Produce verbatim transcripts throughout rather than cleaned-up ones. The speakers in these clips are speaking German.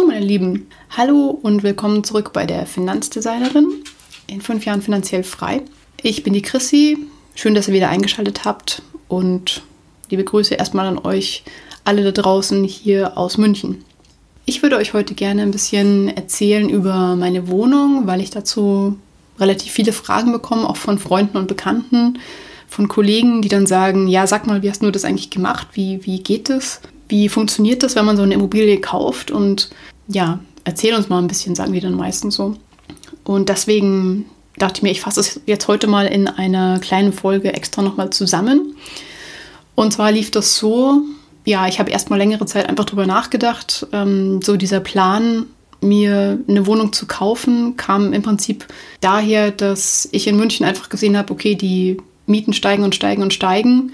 meine Lieben. Hallo und willkommen zurück bei der Finanzdesignerin. In fünf Jahren finanziell frei. Ich bin die Chrissy. Schön, dass ihr wieder eingeschaltet habt. Und liebe Grüße erstmal an euch alle da draußen hier aus München. Ich würde euch heute gerne ein bisschen erzählen über meine Wohnung, weil ich dazu relativ viele Fragen bekomme, auch von Freunden und Bekannten, von Kollegen, die dann sagen, ja, sag mal, wie hast du das eigentlich gemacht? Wie, wie geht das? Wie funktioniert das, wenn man so eine Immobilie kauft? Und ja, erzähl uns mal ein bisschen, sagen die dann meistens so. Und deswegen dachte ich mir, ich fasse es jetzt heute mal in einer kleinen Folge extra nochmal zusammen. Und zwar lief das so, ja, ich habe erst mal längere Zeit einfach drüber nachgedacht. Ähm, so dieser Plan, mir eine Wohnung zu kaufen, kam im Prinzip daher, dass ich in München einfach gesehen habe, okay, die Mieten steigen und steigen und steigen.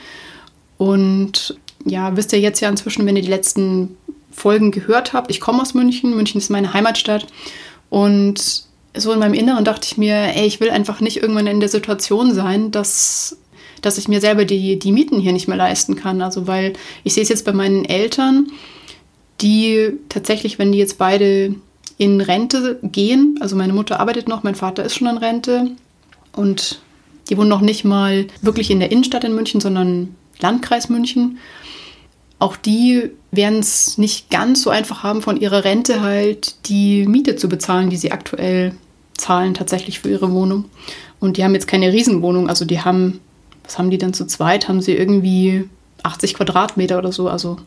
Und ja, wisst ihr jetzt ja inzwischen, wenn ihr die letzten Folgen gehört habt, ich komme aus München. München ist meine Heimatstadt. Und so in meinem Inneren dachte ich mir, ey, ich will einfach nicht irgendwann in der Situation sein, dass, dass ich mir selber die, die Mieten hier nicht mehr leisten kann. Also weil ich sehe es jetzt bei meinen Eltern, die tatsächlich, wenn die jetzt beide in Rente gehen, also meine Mutter arbeitet noch, mein Vater ist schon in Rente und die wohnen noch nicht mal wirklich in der Innenstadt in München, sondern Landkreis München. Auch die werden es nicht ganz so einfach haben, von ihrer Rente halt die Miete zu bezahlen, die sie aktuell zahlen tatsächlich für ihre Wohnung. Und die haben jetzt keine Riesenwohnung, also die haben, was haben die denn zu zweit? Haben sie irgendwie achtzig Quadratmeter oder so, also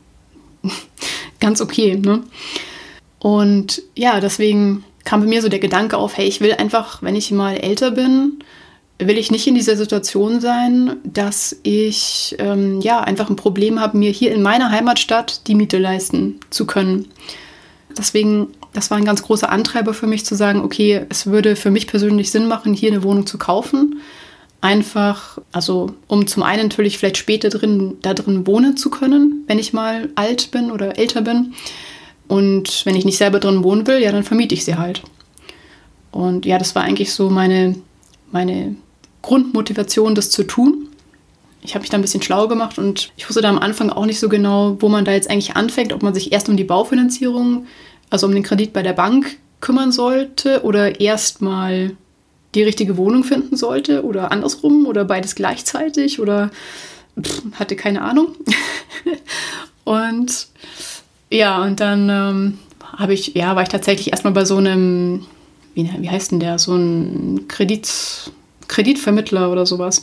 ganz okay, ne? Und ja, deswegen kam bei mir so der Gedanke auf, hey, ich will einfach, wenn ich mal älter bin, will ich nicht in dieser Situation sein, dass ich ähm, ja einfach ein Problem habe, mir hier in meiner Heimatstadt die Miete leisten zu können. Deswegen, das war ein ganz großer Antreiber für mich zu sagen, okay, es würde für mich persönlich Sinn machen, hier eine Wohnung zu kaufen. Einfach, also um zum einen natürlich vielleicht später drin, da drin wohnen zu können, wenn ich mal alt bin oder älter bin. Und wenn ich nicht selber drin wohnen will, ja, dann vermiete ich sie halt. Und ja, das war eigentlich so meine, meine Grundmotivation, das zu tun. Ich habe mich da ein bisschen schlau gemacht und ich wusste da am Anfang auch nicht so genau, wo man da jetzt eigentlich anfängt, ob man sich erst um die Baufinanzierung, also um den Kredit bei der Bank kümmern sollte oder erst mal die richtige Wohnung finden sollte oder andersrum oder beides gleichzeitig oder pff, hatte keine Ahnung. und ja, und dann ähm, habe ich, ja, war ich tatsächlich erstmal bei so einem, wie, wie heißt denn der, so ein Kredit, Kreditvermittler oder sowas.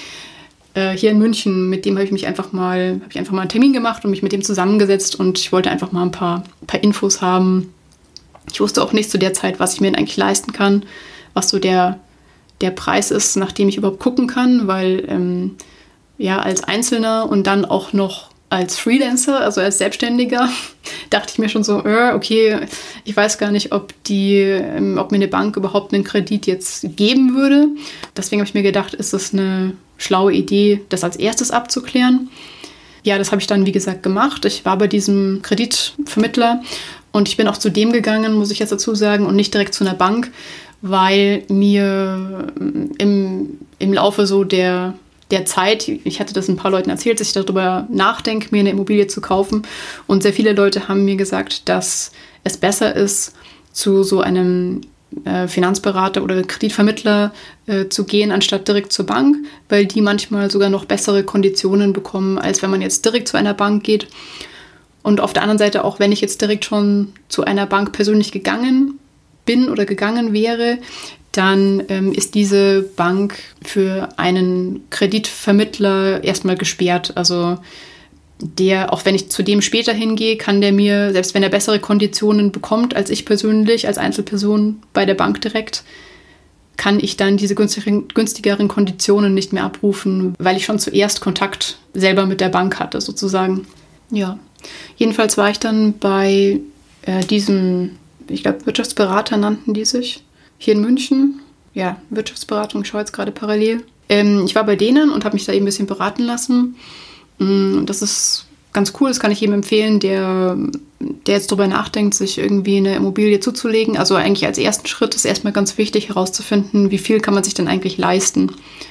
Äh, hier in München, mit dem habe ich mich einfach mal, habe ich einfach mal einen Termin gemacht und mich mit dem zusammengesetzt und ich wollte einfach mal ein paar, paar Infos haben. Ich wusste auch nicht zu der Zeit, was ich mir denn eigentlich leisten kann, was so der, der Preis ist, nach dem ich überhaupt gucken kann, weil ähm, ja, als Einzelner und dann auch noch als Freelancer, also als Selbstständiger, dachte ich mir schon so, äh, okay, ich weiß gar nicht, ob die, ähm, ob mir eine Bank überhaupt einen Kredit jetzt geben würde. Deswegen habe ich mir gedacht, ist das eine schlaue Idee, das als erstes abzuklären. Ja, das habe ich dann, wie gesagt, gemacht. Ich war bei diesem Kreditvermittler und ich bin auch zu dem gegangen, muss ich jetzt dazu sagen, und nicht direkt zu einer Bank, weil mir im, im Laufe so der der Zeit, ich hatte das ein paar Leuten erzählt, dass ich darüber nachdenke, mir eine Immobilie zu kaufen. Und sehr viele Leute haben mir gesagt, dass es besser ist, zu so einem äh, Finanzberater oder Kreditvermittler äh, zu gehen, anstatt direkt zur Bank, weil die manchmal sogar noch bessere Konditionen bekommen, als wenn man jetzt direkt zu einer Bank geht. Und auf der anderen Seite, auch wenn ich jetzt direkt schon zu einer Bank persönlich gegangen bin oder gegangen wäre, dann ähm, ist diese Bank für einen Kreditvermittler erstmal gesperrt. Also der, auch wenn ich zu dem später hingehe, kann der mir, selbst wenn er bessere Konditionen bekommt als ich persönlich, als Einzelperson bei der Bank direkt, kann ich dann diese günstigeren, günstigeren Konditionen nicht mehr abrufen, weil ich schon zuerst Kontakt selber mit der Bank hatte, sozusagen. Ja, jedenfalls war ich dann bei äh, diesem, ich glaube, Wirtschaftsberater nannten die sich, hier in München. Ja, Wirtschaftsberatung, ich schaue jetzt gerade parallel. Ähm, ich war bei denen und habe mich da eben ein bisschen beraten lassen. Das ist ganz cool, das kann ich jedem empfehlen, der, der jetzt darüber nachdenkt, sich irgendwie eine Immobilie zuzulegen. Also eigentlich als ersten Schritt ist erstmal ganz wichtig herauszufinden, wie viel kann man sich denn eigentlich leisten.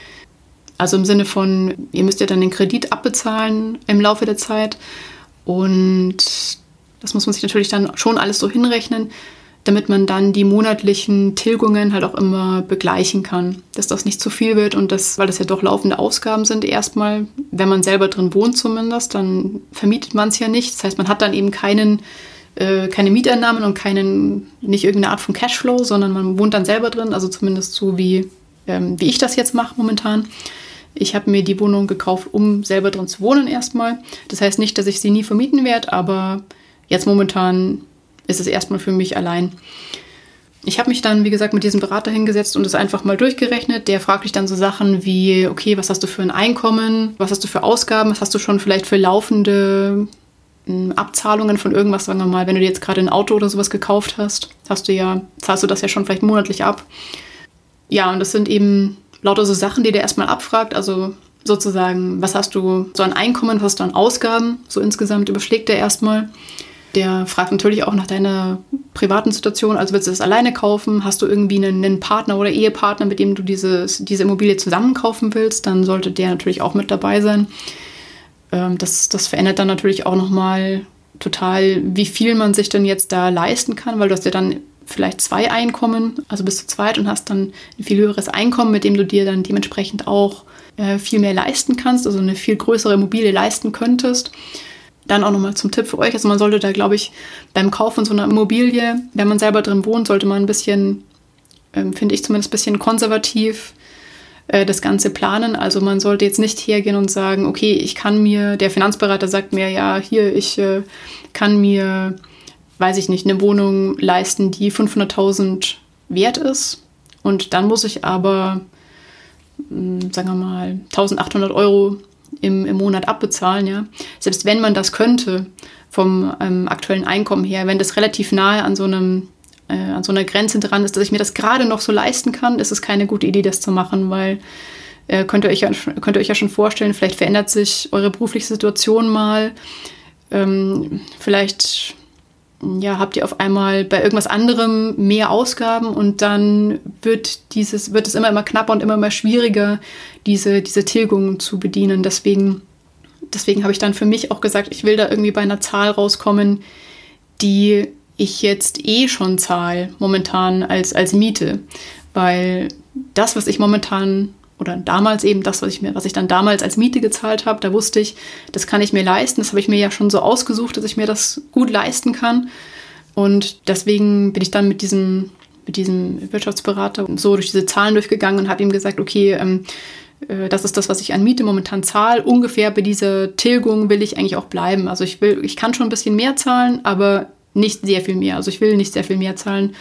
Also im Sinne von, ihr müsst ja dann den Kredit abbezahlen im Laufe der Zeit und Das muss man sich natürlich dann schon alles so hinrechnen, damit man dann die monatlichen Tilgungen halt auch immer begleichen kann, dass das nicht zu viel wird und das, weil das ja doch laufende Ausgaben sind erstmal, wenn man selber drin wohnt zumindest, dann vermietet man es ja nicht. Das heißt, man hat dann eben keinen, äh, keine Mieteinnahmen und keinen, nicht irgendeine Art von Cashflow, sondern man wohnt dann selber drin, also zumindest so wie, ähm, wie ich das jetzt mache momentan. Ich habe mir die Wohnung gekauft, um selber drin zu wohnen erstmal. Das heißt nicht, dass ich sie nie vermieten werde, aber jetzt momentan ist es erstmal für mich allein. Ich habe mich dann, wie gesagt, mit diesem Berater hingesetzt und es einfach mal durchgerechnet. Der fragt dich dann so Sachen wie, okay, was hast du für ein Einkommen? Was hast du für Ausgaben? Was hast du schon vielleicht für laufende äh, Abzahlungen von irgendwas, sagen wir mal, wenn du dir jetzt gerade ein Auto oder sowas gekauft hast, hast du ja, zahlst du das ja schon vielleicht monatlich ab. Ja, und das sind eben lauter so Sachen, die der erstmal abfragt. Also sozusagen, was hast du so an Einkommen, was hast du an Ausgaben? So insgesamt überschlägt er erstmal. Der fragt natürlich auch nach deiner privaten Situation. Also willst du das alleine kaufen? Hast du irgendwie einen, einen Partner oder Ehepartner, mit dem du dieses, diese Immobilie zusammen kaufen willst? Dann sollte der natürlich auch mit dabei sein. Ähm, das, das verändert dann natürlich auch nochmal total, wie viel man sich denn jetzt da leisten kann, weil du hast ja dann vielleicht zwei Einkommen, also bist du zweit und hast dann ein viel höheres Einkommen, mit dem du dir dann dementsprechend auch äh, viel mehr leisten kannst, also eine viel größere Immobilie leisten könntest. Dann auch nochmal zum Tipp für euch. Also man sollte da, glaube ich, beim Kauf von so einer Immobilie, wenn man selber drin wohnt, sollte man ein bisschen, ähm, finde ich zumindest ein bisschen konservativ äh, das Ganze planen. Also man sollte jetzt nicht hergehen und sagen, okay, ich kann mir, der Finanzberater sagt mir, ja, hier, ich äh, kann mir, weiß ich nicht, eine Wohnung leisten, die fünfhunderttausend wert ist. Und dann muss ich aber, mh, sagen wir mal, eintausendachthundert Euro Im, im Monat abbezahlen, ja. Selbst wenn man das könnte, vom ähm, aktuellen Einkommen her, wenn das relativ nahe an so einem, äh, an so einer Grenze dran ist, dass ich mir das gerade noch so leisten kann, ist es keine gute Idee, das zu machen, weil äh, könnt ihr euch ja, könnt ihr euch ja schon vorstellen, vielleicht verändert sich eure berufliche Situation mal, ähm, vielleicht ja, habt ihr auf einmal bei irgendwas anderem mehr Ausgaben und dann wird dieses, wird es immer, immer knapper und immer, immer schwieriger, diese, diese Tilgungen zu bedienen. Deswegen, deswegen habe ich dann für mich auch gesagt, ich will da irgendwie bei einer Zahl rauskommen, die ich jetzt eh schon zahle, momentan als, als Miete. Weil das, was ich momentan oder damals eben das, was ich mir, was ich dann damals als Miete gezahlt habe, da wusste ich, das kann ich mir leisten. Das habe ich mir ja schon so ausgesucht, dass ich mir das gut leisten kann. Und deswegen bin ich dann mit diesem, mit diesem Wirtschaftsberater so durch diese Zahlen durchgegangen und habe ihm gesagt, okay, ähm, äh, das ist das, was ich an Miete momentan zahle. Ungefähr bei dieser Tilgung will ich eigentlich auch bleiben. Also ich will, ich kann schon ein bisschen mehr zahlen, aber nicht sehr viel mehr. Also ich will nicht sehr viel mehr zahlen,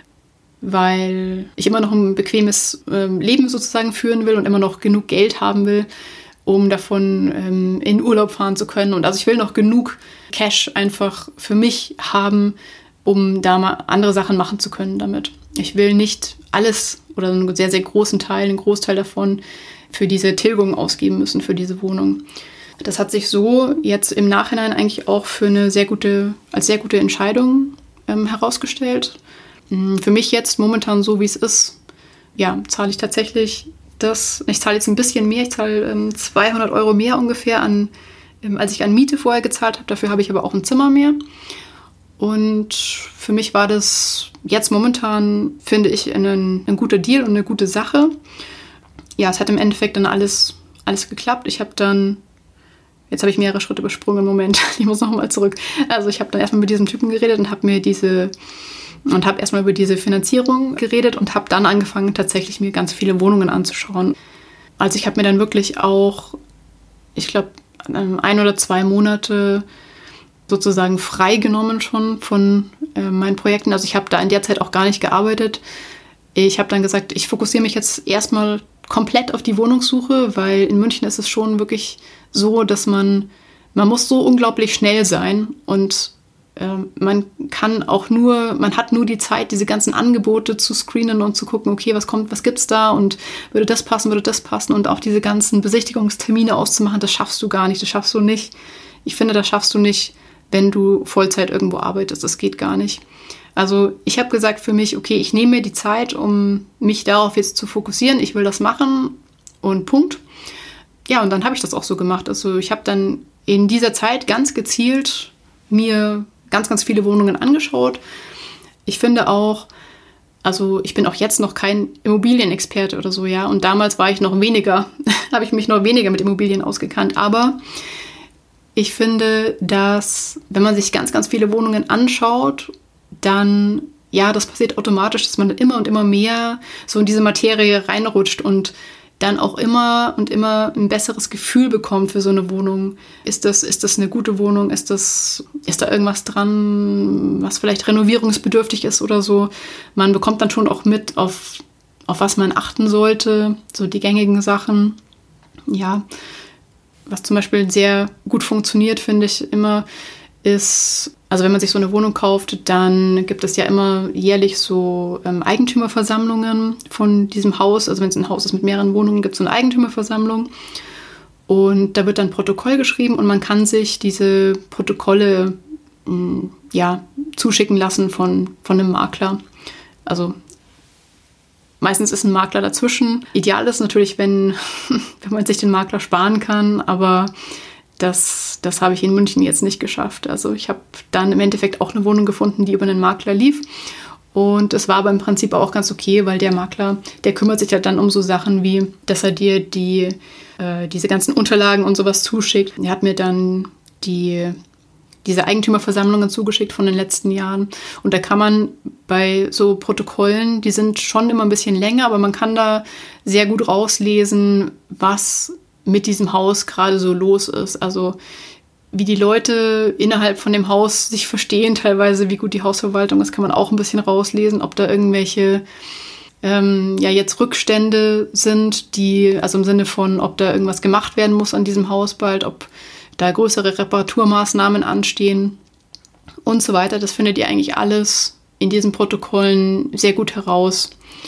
weil ich immer noch ein bequemes ähm, Leben sozusagen führen will und immer noch genug Geld haben will, um davon ähm, in Urlaub fahren zu können. Und also ich will noch genug Cash einfach für mich haben, um da mal andere Sachen machen zu können damit. Ich will nicht alles oder einen sehr, sehr großen Teil, einen Großteil davon für diese Tilgung ausgeben müssen, für diese Wohnung. Das hat sich so jetzt im Nachhinein eigentlich auch für eine sehr gute, als sehr gute Entscheidung ähm, herausgestellt. Für mich jetzt momentan so, wie es ist, ja, zahle ich tatsächlich das, ich zahle jetzt ein bisschen mehr, ich zahle ähm, zweihundert Euro mehr ungefähr, an, ähm, als ich an Miete vorher gezahlt habe. Dafür habe ich aber auch ein Zimmer mehr. Und für mich war das jetzt momentan, finde ich, ein, ein guter Deal und eine gute Sache. Ja, es hat im Endeffekt dann alles, alles geklappt. Ich habe dann, jetzt habe ich mehrere Schritte übersprungen im Moment, ich muss nochmal zurück. Also ich habe dann erstmal mit diesem Typen geredet und habe mir diese... Und habe erstmal über diese Finanzierung geredet und habe dann angefangen, tatsächlich mir ganz viele Wohnungen anzuschauen. Also ich habe mir dann wirklich auch, ich glaube, ein oder zwei Monate sozusagen freigenommen schon von äh, meinen Projekten. Also ich habe da in der Zeit auch gar nicht gearbeitet. Ich habe dann gesagt, ich fokussiere mich jetzt erstmal komplett auf die Wohnungssuche, weil in München ist es schon wirklich so, dass man, man muss so unglaublich schnell sein und man kann auch nur, man hat nur die Zeit, diese ganzen Angebote zu screenen und zu gucken, okay, was kommt, was gibt's da und würde das passen, würde das passen und auch diese ganzen Besichtigungstermine auszumachen, das schaffst du gar nicht, das schaffst du nicht. Ich finde, das schaffst du nicht, wenn du Vollzeit irgendwo arbeitest, das geht gar nicht. Also ich habe gesagt für mich, okay, ich nehme mir die Zeit, um mich darauf jetzt zu fokussieren, ich will das machen und Punkt. Ja, und dann habe ich das auch so gemacht. Also ich habe dann in dieser Zeit ganz gezielt mir ganz, ganz viele Wohnungen angeschaut. Ich finde auch, also ich bin auch jetzt noch kein Immobilienexperte oder so, ja. Und damals war ich noch weniger, habe ich mich noch weniger mit Immobilien ausgekannt. Aber ich finde, dass wenn man sich ganz, ganz viele Wohnungen anschaut, dann, ja, das passiert automatisch, dass man immer und immer mehr so in diese Materie reinrutscht und dann auch immer und immer ein besseres Gefühl bekommt für so eine Wohnung. Ist das, ist das eine gute Wohnung? Ist das, ist da irgendwas dran, was vielleicht renovierungsbedürftig ist oder so? Man bekommt dann schon auch mit, auf, auf was man achten sollte, so die gängigen Sachen. Ja, was zum Beispiel sehr gut funktioniert, finde ich immer, ist, also wenn man sich so eine Wohnung kauft, dann gibt es ja immer jährlich so ähm, Eigentümerversammlungen von diesem Haus. Also wenn es ein Haus ist mit mehreren Wohnungen, gibt es so eine Eigentümerversammlung. Und da wird dann Protokoll geschrieben und man kann sich diese Protokolle mh, ja, zuschicken lassen von, von einem Makler. Also meistens ist ein Makler dazwischen. Ideal ist natürlich, wenn, wenn man sich den Makler sparen kann, aber Das, das habe ich in München jetzt nicht geschafft. Also ich habe dann im Endeffekt auch eine Wohnung gefunden, die über einen Makler lief. Und es war aber im Prinzip auch ganz okay, weil der Makler, der kümmert sich ja dann um so Sachen wie, dass er dir die, äh, diese ganzen Unterlagen und sowas zuschickt. Er hat mir dann die, diese Eigentümerversammlungen zugeschickt von den letzten Jahren. Und da kann man bei so Protokollen, die sind schon immer ein bisschen länger, aber man kann da sehr gut rauslesen, was mit diesem Haus gerade so los ist. Also wie die Leute innerhalb von dem Haus sich verstehen, teilweise wie gut die Hausverwaltung ist, kann man auch ein bisschen rauslesen, ob da irgendwelche ähm, ja jetzt Rückstände sind, die, also im Sinne von, ob da irgendwas gemacht werden muss an diesem Haus bald, ob da größere Reparaturmaßnahmen anstehen und so weiter. Das findet ihr eigentlich alles in diesen Protokollen sehr gut heraus.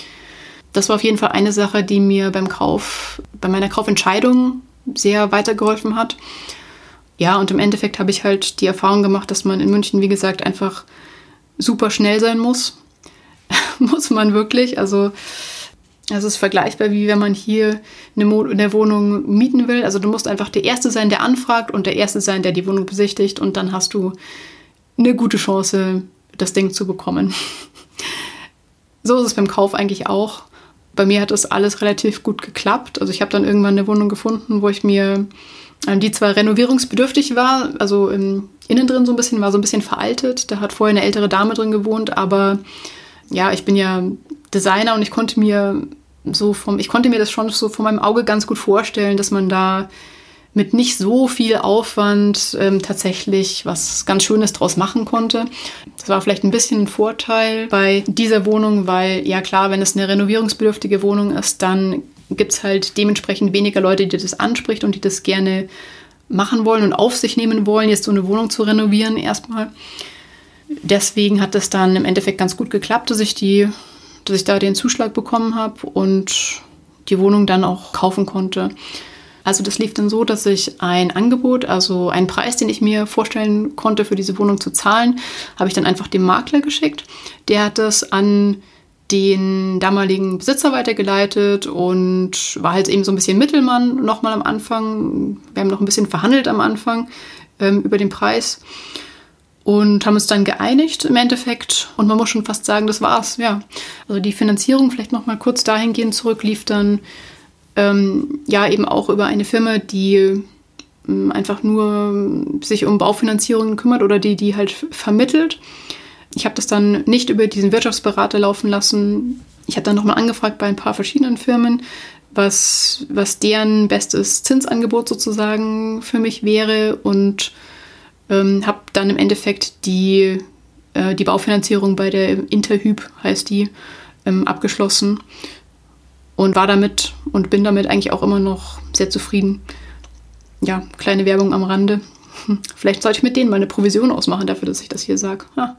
Das war auf jeden Fall eine Sache, die mir beim Kauf, bei meiner Kaufentscheidung sehr weitergeholfen hat. Ja, und im Endeffekt habe ich halt die Erfahrung gemacht, dass man in München, wie gesagt, einfach super schnell sein muss. Muss man wirklich. Also es ist vergleichbar, wie wenn man hier eine, Mo- eine Wohnung mieten will. Also du musst einfach der Erste sein, der anfragt und der Erste sein, der die Wohnung besichtigt. Und dann hast du eine gute Chance, das Ding zu bekommen. So ist es beim Kauf eigentlich auch. Bei mir hat das alles relativ gut geklappt. Also ich habe dann irgendwann eine Wohnung gefunden, wo ich mir, die zwar renovierungsbedürftig war, also im innen drin so ein bisschen, war so ein bisschen veraltet. Da hat vorher eine ältere Dame drin gewohnt, aber ja, ich bin ja Designer und ich konnte mir so vom, ich konnte mir das schon so von meinem Auge ganz gut vorstellen, dass man da mit nicht so viel Aufwand ähm, tatsächlich was ganz Schönes draus machen konnte. Das war vielleicht ein bisschen ein Vorteil bei dieser Wohnung, weil, ja klar, wenn es eine renovierungsbedürftige Wohnung ist, dann gibt es halt dementsprechend weniger Leute, die das anspricht und die das gerne machen wollen und auf sich nehmen wollen, jetzt so eine Wohnung zu renovieren erstmal. Deswegen hat das dann im Endeffekt ganz gut geklappt, dass ich, die, dass ich da den Zuschlag bekommen habe und die Wohnung dann auch kaufen konnte. Also das lief dann so, dass ich ein Angebot, also einen Preis, den ich mir vorstellen konnte, für diese Wohnung zu zahlen, habe ich dann einfach dem Makler geschickt. Der hat das an den damaligen Besitzer weitergeleitet und war halt eben so ein bisschen Mittelmann nochmal am Anfang. Wir haben noch ein bisschen verhandelt am Anfang ähm, über den Preis und haben uns dann geeinigt im Endeffekt. Und man muss schon fast sagen, das war's. Ja, also die Finanzierung, vielleicht nochmal kurz dahingehend zurück, lief dann Ähm, ja, eben auch über eine Firma, die ähm, einfach nur sich um Baufinanzierungen kümmert oder die, die halt vermittelt. Ich habe das dann nicht über diesen Wirtschaftsberater laufen lassen. Ich habe dann nochmal angefragt bei ein paar verschiedenen Firmen, was, was deren bestes Zinsangebot sozusagen für mich wäre und ähm, habe dann im Endeffekt die, äh, die Baufinanzierung bei der Interhyp, heißt die, ähm, abgeschlossen. Und war damit und bin damit eigentlich auch immer noch sehr zufrieden. Ja, kleine Werbung am Rande. Vielleicht sollte ich mit denen mal eine Provision ausmachen dafür, dass ich das hier sage. Ah.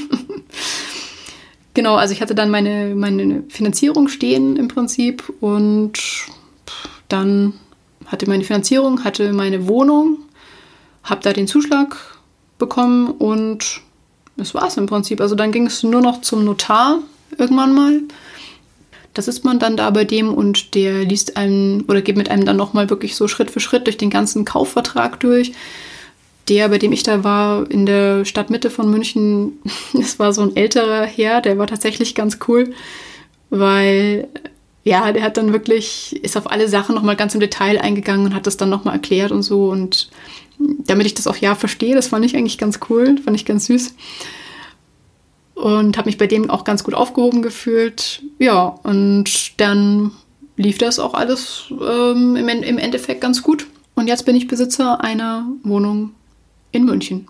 Genau, also ich hatte dann meine, meine Finanzierung stehen im Prinzip und dann hatte meine Finanzierung, hatte meine Wohnung, habe da den Zuschlag bekommen und das war es im Prinzip. Also dann ging es nur noch zum Notar irgendwann mal. Da sitzt man dann da bei dem und der liest einem oder geht mit einem dann nochmal wirklich so Schritt für Schritt durch den ganzen Kaufvertrag durch. Der, bei dem ich da war, in der Stadtmitte von München, das war so ein älterer Herr, der war tatsächlich ganz cool, weil, ja, der hat dann wirklich, ist auf alle Sachen nochmal ganz im Detail eingegangen und hat das dann nochmal erklärt und so. Und damit ich das auch ja verstehe, das fand ich eigentlich ganz cool, fand ich ganz süß. Und habe mich bei dem auch ganz gut aufgehoben gefühlt. Ja, und dann lief das auch alles ähm, im, im Endeffekt ganz gut. Und jetzt bin ich Besitzer einer Wohnung in München.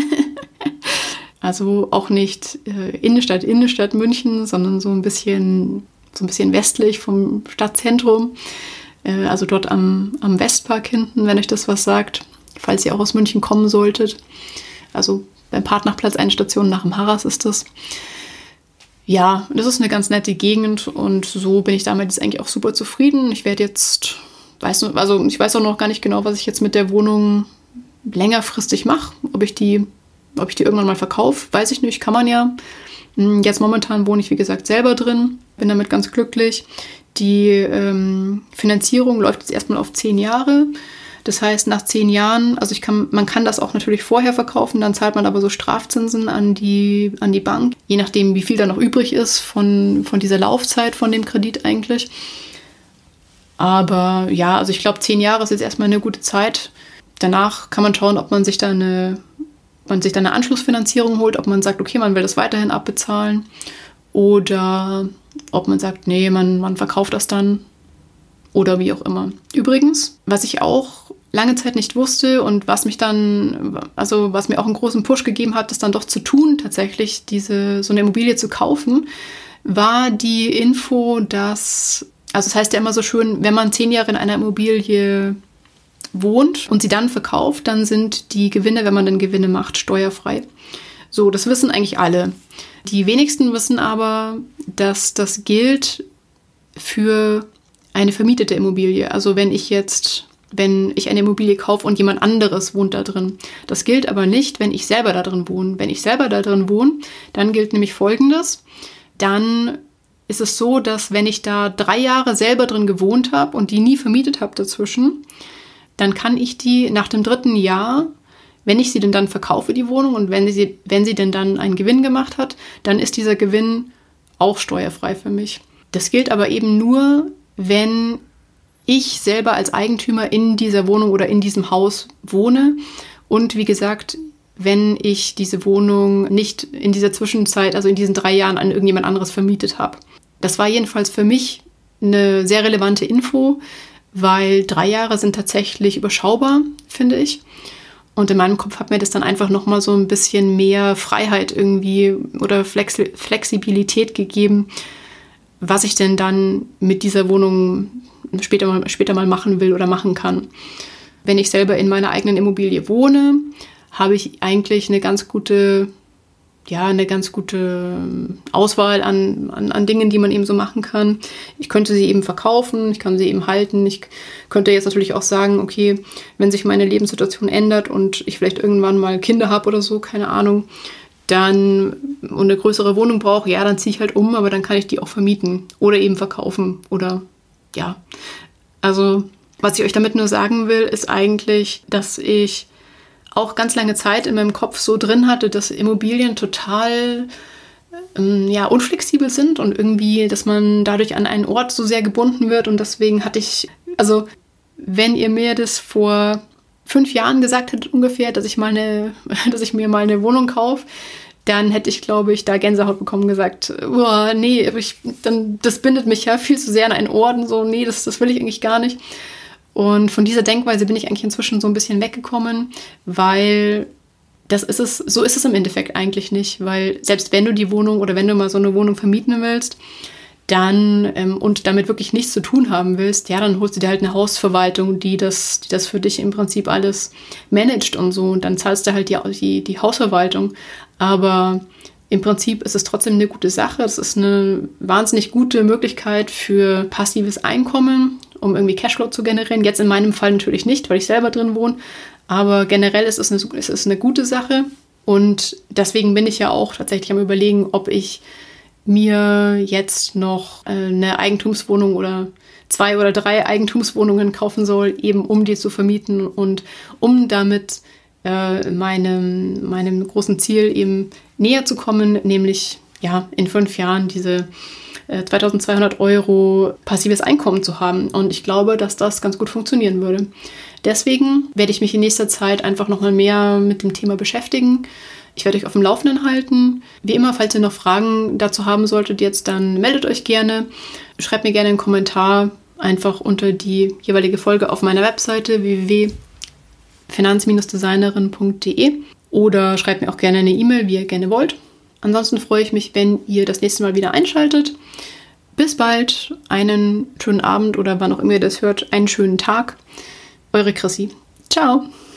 Also auch nicht äh, Innenstadt, Innenstadt München, sondern so ein bisschen, so ein bisschen westlich vom Stadtzentrum. Äh, also dort am, am Westpark hinten, wenn euch das was sagt, falls ihr auch aus München kommen solltet. Also beim Partnachplatz, eine Station nach dem Harras ist das. Ja, das ist eine ganz nette Gegend und so bin ich damit jetzt eigentlich auch super zufrieden. Ich werde jetzt, weiß, also ich weiß auch noch gar nicht genau, was ich jetzt mit der Wohnung längerfristig mache. Ob ich die, ob ich die irgendwann mal verkaufe, weiß ich nicht, kann man ja. Jetzt momentan wohne ich, wie gesagt, selber drin, bin damit ganz glücklich. Die ähm, Finanzierung läuft jetzt erstmal auf zehn Jahre. Das heißt, nach zehn Jahren, also ich kann, man kann das auch natürlich vorher verkaufen, dann zahlt man aber so Strafzinsen an die, an die Bank, je nachdem, wie viel da noch übrig ist von, von dieser Laufzeit von dem Kredit eigentlich. Aber ja, also ich glaube, zehn Jahre ist jetzt erstmal eine gute Zeit. Danach kann man schauen, ob man sich da eine, man sich da eine Anschlussfinanzierung holt, ob man sagt, okay, man will das weiterhin abbezahlen oder ob man sagt, nee, man, man verkauft das dann oder wie auch immer. Übrigens, was ich auch lange Zeit nicht wusste und was mich dann, also was mir auch einen großen Push gegeben hat, das dann doch zu tun, tatsächlich diese so eine Immobilie zu kaufen, war die Info, dass, also es heißt ja immer so schön, wenn man zehn Jahre in einer Immobilie wohnt und sie dann verkauft, dann sind die Gewinne, wenn man dann Gewinne macht, steuerfrei. So, das wissen eigentlich alle. Die wenigsten wissen aber, dass das gilt für eine vermietete Immobilie. Also wenn ich jetzt, wenn ich eine Immobilie kaufe und jemand anderes wohnt da drin. Das gilt aber nicht, wenn ich selber da drin wohne. Wenn ich selber da drin wohne, dann gilt nämlich Folgendes. Dann ist es so, dass wenn ich da drei Jahre selber drin gewohnt habe und die nie vermietet habe dazwischen, dann kann ich die nach dem dritten Jahr, wenn ich sie denn dann verkaufe, die Wohnung, und wenn sie, wenn sie denn dann einen Gewinn gemacht hat, dann ist dieser Gewinn auch steuerfrei für mich. Das gilt aber eben nur, wenn ich selber als Eigentümer in dieser Wohnung oder in diesem Haus wohne. Und wie gesagt, wenn ich diese Wohnung nicht in dieser Zwischenzeit, also in diesen drei Jahren, an irgendjemand anderes vermietet habe. Das war jedenfalls für mich eine sehr relevante Info, weil drei Jahre sind tatsächlich überschaubar, finde ich. Und in meinem Kopf hat mir das dann einfach nochmal so ein bisschen mehr Freiheit irgendwie oder Flexi- Flexibilität gegeben, was ich denn dann mit dieser Wohnung später mal, später mal machen will oder machen kann. Wenn ich selber in meiner eigenen Immobilie wohne, habe ich eigentlich eine ganz gute, ja, eine ganz gute Auswahl an, an, an Dingen, die man eben so machen kann. Ich könnte sie eben verkaufen, ich kann sie eben halten. Ich könnte jetzt natürlich auch sagen, okay, wenn sich meine Lebenssituation ändert und ich vielleicht irgendwann mal Kinder habe oder so, keine Ahnung, dann und eine größere Wohnung brauche, ja, dann ziehe ich halt um, aber dann kann ich die auch vermieten oder eben verkaufen oder ja. Also, was ich euch damit nur sagen will, ist eigentlich, dass ich auch ganz lange Zeit in meinem Kopf so drin hatte, dass Immobilien total ähm, ja, unflexibel sind und irgendwie, dass man dadurch an einen Ort so sehr gebunden wird. Und deswegen hatte ich, also wenn ihr mir das vor fünf Jahren gesagt hättet ungefähr, dass ich mal eine, dass ich mir mal eine Wohnung kaufe, dann hätte ich, glaube ich, da Gänsehaut bekommen, gesagt, oh, nee, ich, dann, das bindet mich ja viel zu sehr an einen Ort und so, nee, das, das will ich eigentlich gar nicht. Und von dieser Denkweise bin ich eigentlich inzwischen so ein bisschen weggekommen, weil das ist es, so ist es im Endeffekt eigentlich nicht, weil selbst wenn du die Wohnung oder wenn du mal so eine Wohnung vermieten willst, dann ähm, und damit wirklich nichts zu tun haben willst, ja, dann holst du dir halt eine Hausverwaltung, die das, die das für dich im Prinzip alles managt und so, und dann zahlst du halt die, die, die Hausverwaltung. Aber im Prinzip ist es trotzdem eine gute Sache. Es ist eine wahnsinnig gute Möglichkeit für passives Einkommen, um irgendwie Cashflow zu generieren. Jetzt in meinem Fall natürlich nicht, weil ich selber drin wohne. Aber generell ist es eine, es ist eine gute Sache. Und deswegen bin ich ja auch tatsächlich am Überlegen, ob ich mir jetzt noch eine Eigentumswohnung oder zwei oder drei Eigentumswohnungen kaufen soll, eben um die zu vermieten und um damit äh, meinem, meinem großen Ziel eben näher zu kommen, nämlich ja, in fünf Jahren diese äh, zweitausendzweihundert Euro passives Einkommen zu haben. Und ich glaube, dass das ganz gut funktionieren würde. Deswegen werde ich mich in nächster Zeit einfach nochmal mehr mit dem Thema beschäftigen. Ich werde euch auf dem Laufenden halten. Wie immer, falls ihr noch Fragen dazu haben solltet jetzt, dann meldet euch gerne. Schreibt mir gerne einen Kommentar einfach unter die jeweilige Folge auf meiner Webseite w w w punkt finanz designerin punkt d e oder schreibt mir auch gerne eine E-Mail, wie ihr gerne wollt. Ansonsten freue ich mich, wenn ihr das nächste Mal wieder einschaltet. Bis bald, einen schönen Abend oder wann auch immer ihr das hört, einen schönen Tag. Eure Chrissy. Ciao!